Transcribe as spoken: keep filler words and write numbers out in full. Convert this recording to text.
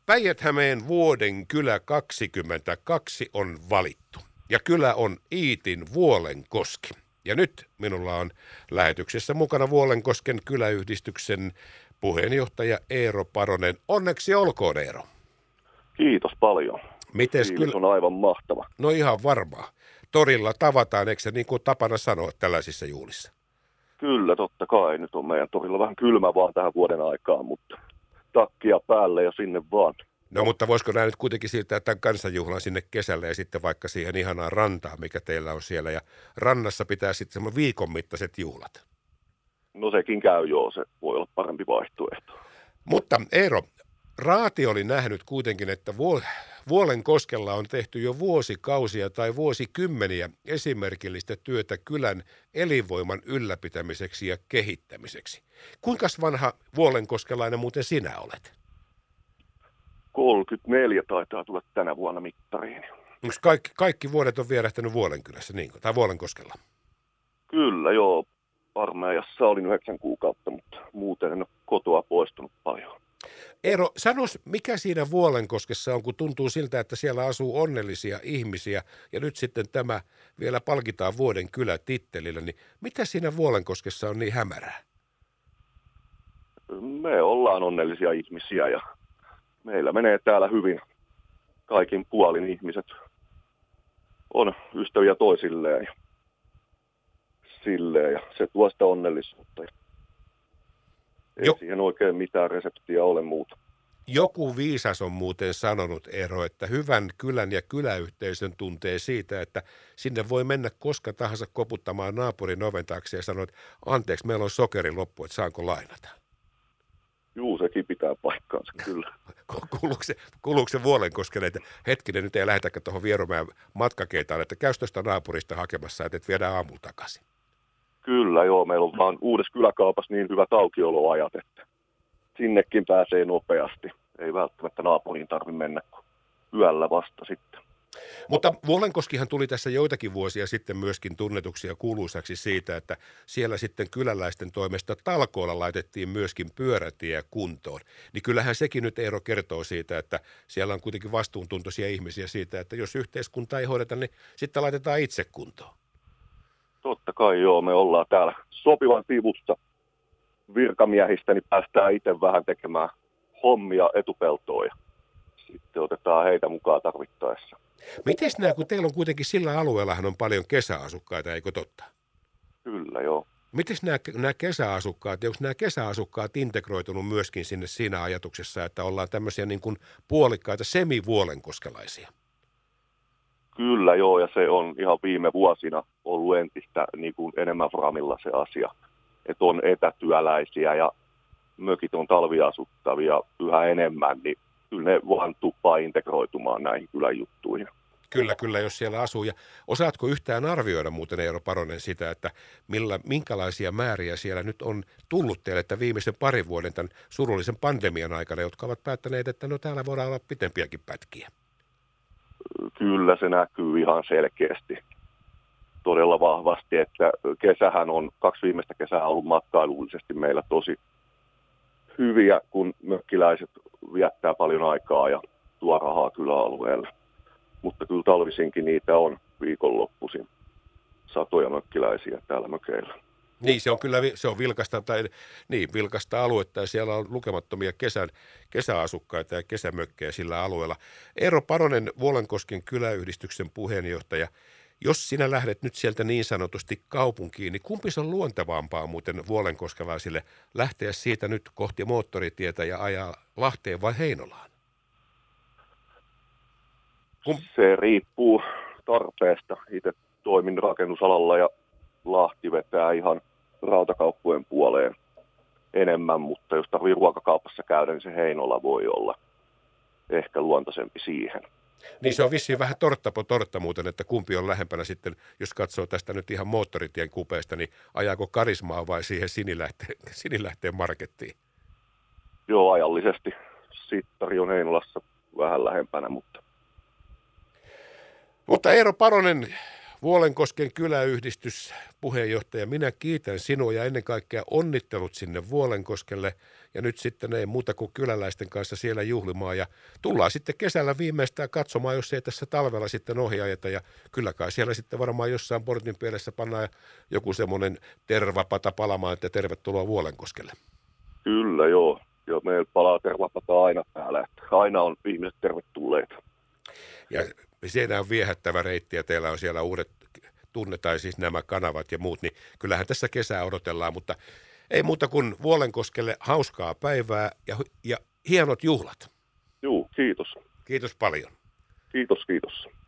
Päijät-Hämeen vuoden kylä kaksikymmentäkaksi on valittu ja kylä on Iitin Vuolenkoski. Ja nyt minulla on lähetyksessä mukana Vuolenkosken kyläyhdistyksen puheenjohtaja Eero Paronen. Onneksi olkoon, Eero. Kiitos paljon. Mites Kiitos, kyllä? on aivan mahtava. No ihan varmaa. Torilla tavataan, eikö se niin kuin tapana sanoa tällaisissa juhlissa? Kyllä, totta kai. Nyt on meidän torilla vähän kylmä vaan tähän vuoden aikaan, mutta takkia päälle ja sinne vaan. No mutta voisiko nämä nyt kuitenkin siirtää tämän kansanjuhlan sinne kesälle ja sitten vaikka siihen ihanaan rantaan, mikä teillä on siellä. Ja rannassa pitää sitten semmoinen viikon mittaiset juhlat. No sekin käy joo, se voi olla parempi vaihtoehto. Mutta Eero, Raati oli nähnyt kuitenkin, että Vuolenkoskella on tehty jo vuosikausia tai vuosikymmeniä esimerkillistä työtä kylän elinvoiman ylläpitämiseksi ja kehittämiseksi. Kuinka vanha vuolenkoskelainen muuten sinä olet? kolmekymmentäneljä taitaa tulla tänä vuonna mittariin. Onko kaikki, kaikki vuodet on vierähtänyt Vuolenkylässä, niin kuin, tai Vuolenkoskella? Kyllä joo, armeijassa olin yhdeksän kuukautta, mutta muuten en ole kotoa poistunut paljon. Eero, sanos, mikä siinä Vuolenkoskessa on, kun tuntuu siltä, että siellä asuu onnellisia ihmisiä, ja nyt sitten tämä vielä palkitaan vuoden kylätittelillä, niin mitä siinä Vuolenkoskessa on niin hämärää? Me ollaan onnellisia ihmisiä ja meillä menee täällä hyvin. Kaikin puolin ihmiset on ystäviä toisilleen ja silleen, ja se tuo sitä onnellisuutta. Ei jo. Siihen oikein mitään reseptiä ole muuta. Joku viisas on muuten sanonut, Eero, että hyvän kylän ja kyläyhteisön tuntee siitä, että sinne voi mennä koska tahansa koputtamaan naapurin oven taakse ja sanoa, että anteeksi, meillä on sokeri loppu, että saanko lainata? Juu, sekin pitää paikkaansa, kyllä. Kuuluuko se, kuuluuko se Vuolenkoskelle, että hetkinen, nyt ei lähetäkään tuohon Vierumäen matkakeitaan, että käy tuosta naapurista hakemassa, että et viedään aamulla takaisin? Kyllä, joo. Meillä on vaan uudessa kyläkaupassa niin hyvät aukioloajat, että sinnekin pääsee nopeasti. Ei välttämättä naapuriin tarvitse mennä, kun yöllä vasta sitten. Mutta Vuolenkoskihan tuli tässä joitakin vuosia sitten myöskin tunnetuksi ja kuuluisaksi siitä, että siellä sitten kyläläisten toimesta talkoilla laitettiin myöskin pyörätie kuntoon. Niin kyllähän sekin nyt, Eero, kertoo siitä, että siellä on kuitenkin vastuuntuntoisia ihmisiä siitä, että jos yhteiskunta ei hoideta, niin sitten laitetaan itse kuntoon. Totta kai joo, me ollaan täällä sopivan sivussa virkamiehistä, niin päästään itse vähän tekemään hommia etupeltoon ja sitten otetaan heitä mukaan tarvittaessa. Mites nämä, kun teillä on kuitenkin sillä alueellahan on paljon kesäasukkaita, eikö totta? Kyllä, joo. Mites nämä, nämä kesäasukkaat, onko nämä kesäasukkaat integroitunut myöskin sinne siinä ajatuksessa, että ollaan tämmöisiä niin kuin puolikkaita semi-vuolenkoskelaisia? Kyllä joo, ja se on ihan viime vuosina ollut entistä niin kuin enemmän framilla se asia, että on etätyöläisiä ja mökit on talviasuttavia yhä enemmän, niin kyllä ne vaan tuppaa integroitumaan näihin kylän juttuihin. Kyllä, kyllä, jos siellä asuu. Ja osaatko yhtään arvioida muuten, Eero Paronen, sitä, että millä, minkälaisia määriä siellä nyt on tullut teille, että viimeisen parin vuoden tämän surullisen pandemian aikana, jotka ovat päättäneet, että no täällä voidaan olla pitempiäkin pätkiä? Kyllä se näkyy ihan selkeästi todella vahvasti, että kesähän on, kaksi viimeistä kesää ollut matkailullisesti meillä tosi hyviä, kun mökkiläiset viettää paljon aikaa ja tuo rahaa kyläalueelle. Mutta kyllä talvisinkin niitä on viikonloppuisin satoja mökkiläisiä täällä mökeillä. Niin, se on kyllä se on vilkasta, tai, niin, vilkasta aluetta ja siellä on lukemattomia kesän, kesäasukkaita ja kesämökkejä sillä alueella. Eero Paronen, Vuolenkosken kyläyhdistyksen puheenjohtaja, jos sinä lähdet nyt sieltä niin sanotusti kaupunkiin, niin kumpi se on luontevampaa muuten vuolenkoskelaisille lähteä siitä nyt kohti moottoritietä ja ajaa Lahteen vai Heinolaan? Kum... Se riippuu tarpeesta. Itse toimin rakennusalalla ja Lahti vetää ihan rautakauppojen puoleen enemmän, mutta jos tarvii ruokakaupassa käydä, niin se Heinola voi olla ehkä luontaisempi siihen. Niin se on vissiin vähän tortta po tortta muuten, että kumpi on lähempänä sitten, jos katsoo tästä nyt ihan moottoritien kupeesta, niin ajaako Karismaa vai siihen Sinilähteen, Sinilähteen markettiin? Joo, ajallisesti Sittari on Heinolassa vähän lähempänä, mutta... Mutta Eero Paronen, Vuolenkosken kyläyhdistys puheenjohtaja, minä kiitän sinua ja ennen kaikkea onnittelut sinne Vuolenkoskelle ja nyt sitten ei muuta kuin kyläläisten kanssa siellä juhlimaan ja tullaan sitten kesällä viimeistään katsomaan, jos ei tässä talvella sitten ohjaajeta ja kyllä kai siellä sitten varmaan jossain portin pielessä pannaan joku semmoinen tervapata palamaan, että tervetuloa Vuolenkoskelle. Kyllä joo, joo meillä palaa tervapata aina täällä, että aina on ihmiset tervetulleita. Ja siinä on viehättävä reitti ja teillä on siellä uudet, tunnetaan siis nämä kanavat ja muut, niin kyllähän tässä kesää odotellaan, mutta ei muuta kuin Vuolenkoskelle hauskaa päivää ja, ja hienot juhlat. Joo, kiitos. Kiitos paljon. Kiitos, kiitos.